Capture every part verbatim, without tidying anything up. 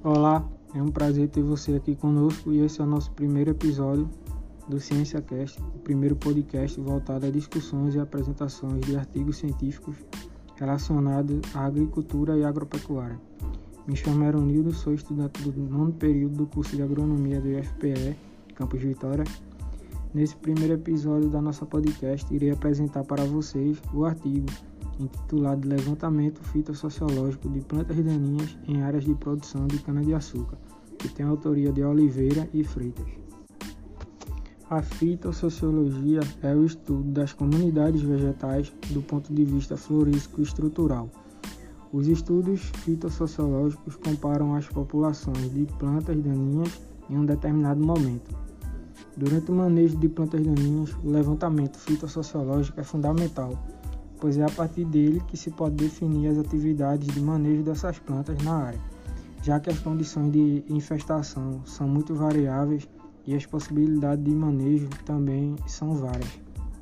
Olá, é um prazer ter você aqui conosco e esse é o nosso primeiro episódio do CiênciaCast, o primeiro podcast voltado a discussões e apresentações de artigos científicos relacionados à agricultura e agropecuária. Me chamo Eronildo, sou estudante do nono período do curso de agronomia do I F P E, Campus Vitória. Nesse primeiro episódio da nossa podcast, irei apresentar para vocês o artigo intitulado Levantamento Fitossociológico de Plantas Daninhas em Áreas de Produção de Cana-de-Açúcar, que tem a autoria de Oliveira e Freitas. A fitossociologia é o estudo das comunidades vegetais do ponto de vista florístico e estrutural. Os estudos fitossociológicos comparam as populações de plantas daninhas em um determinado momento. Durante o manejo de plantas daninhas, o levantamento fitossociológico é fundamental, pois é a partir dele que se pode definir as atividades de manejo dessas plantas na área, já que as condições de infestação são muito variáveis e as possibilidades de manejo também são várias.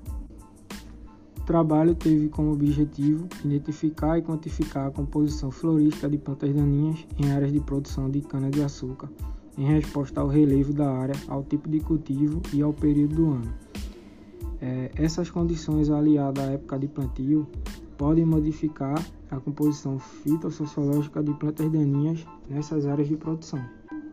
O trabalho teve como objetivo identificar e quantificar a composição florística de plantas daninhas em áreas de produção de cana-de-açúcar, em resposta ao relevo da área, ao tipo de cultivo e ao período do ano. É, essas condições aliadas à época de plantio podem modificar a composição fitossociológica de plantas daninhas nessas áreas de produção.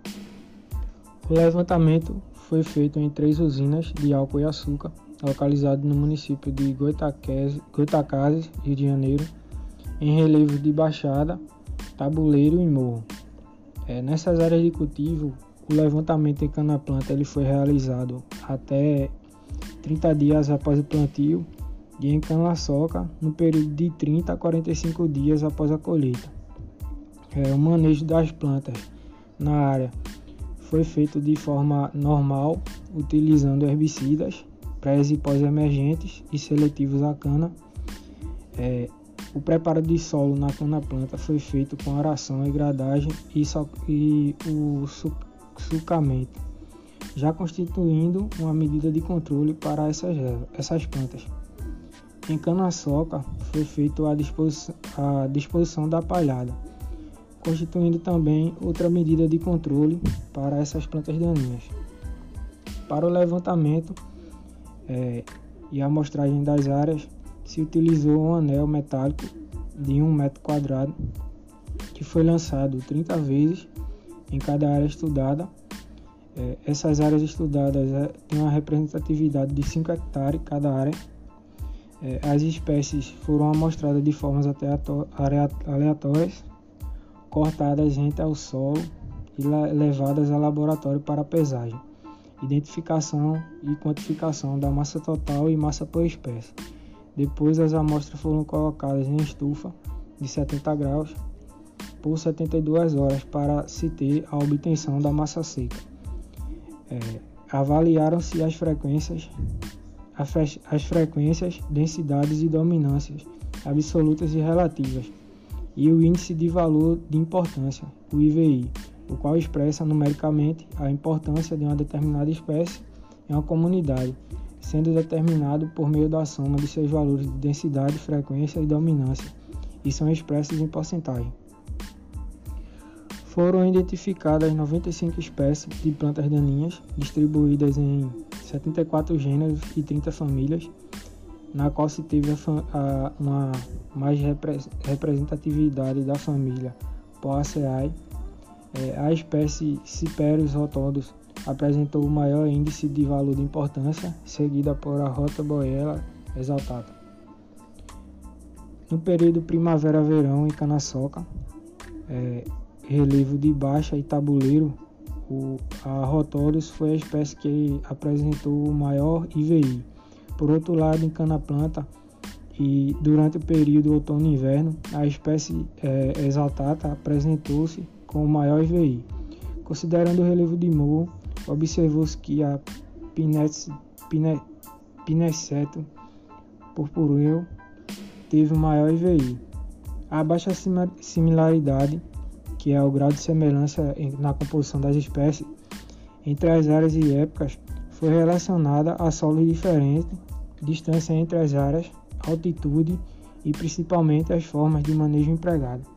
O levantamento foi feito em três usinas de álcool e açúcar, localizadas no município de Goitacazes, Rio de Janeiro, em relevos de baixada, tabuleiro e morro. É, nessas áreas de cultivo, o levantamento em cana-planta ele foi realizado até trinta dias após o plantio e em cana-soca no período de trinta a quarenta e cinco dias após a colheita. É, o manejo das plantas na área foi feito de forma normal, utilizando herbicidas pré e pós-emergentes e seletivos à cana. É, o preparo de solo na cana-planta foi feito com aração e gradagem e, so, e o su, sucamento, já constituindo uma medida de controle para essas, essas plantas. Em cana-soca foi feita a disposição, a disposição da palhada, constituindo também outra medida de controle para essas plantas daninhas. Para o levantamento é, e a amostragem das áreas, se utilizou um anel metálico de um metro quadrado, que foi lançado trinta vezes em cada área estudada. É, essas áreas estudadas é, têm uma representatividade de cinco hectares cada área. É, as espécies foram amostradas de formas até aleatórias, cortadas rente ao solo e levadas ao laboratório para pesagem, identificação e quantificação da massa total e massa por espécie. Depois as amostras foram colocadas em estufa de setenta graus por setenta e duas horas para se ter a obtenção da massa seca. É, avaliaram-se as frequências, as frequências, densidades e dominâncias absolutas e relativas, e o índice de valor de importância, o I V I, o qual expressa numericamente a importância de uma determinada espécie em uma comunidade, sendo determinado por meio da soma de seus valores de densidade, frequência e dominância, e são expressos em porcentagem. Foram identificadas noventa e cinco espécies de plantas daninhas, distribuídas em setenta e quatro gêneros e trinta famílias, na qual se teve a, a, uma mais repre, representatividade da família Poaceae. É, a espécie Cyperus rotondos apresentou o maior índice de valor de importância, seguida por a Rhodoboella exaltata. No período primavera-verão em cana-soca, é, relevo de baixa e tabuleiro, o, a Rhodotus foi a espécie que apresentou o maior I V I. Por outro lado, em cana-planta e durante o período outono e inverno, a espécie é, exaltata apresentou-se com o maior I V I. Considerando o relevo de morro, observou-se que a Pinacetum purpureum teve o maior I V I. A baixa similaridade, que é o grau de semelhança na composição das espécies entre as áreas e épocas, foi relacionada a solos diferentes, distância entre as áreas, altitude e principalmente as formas de manejo empregado.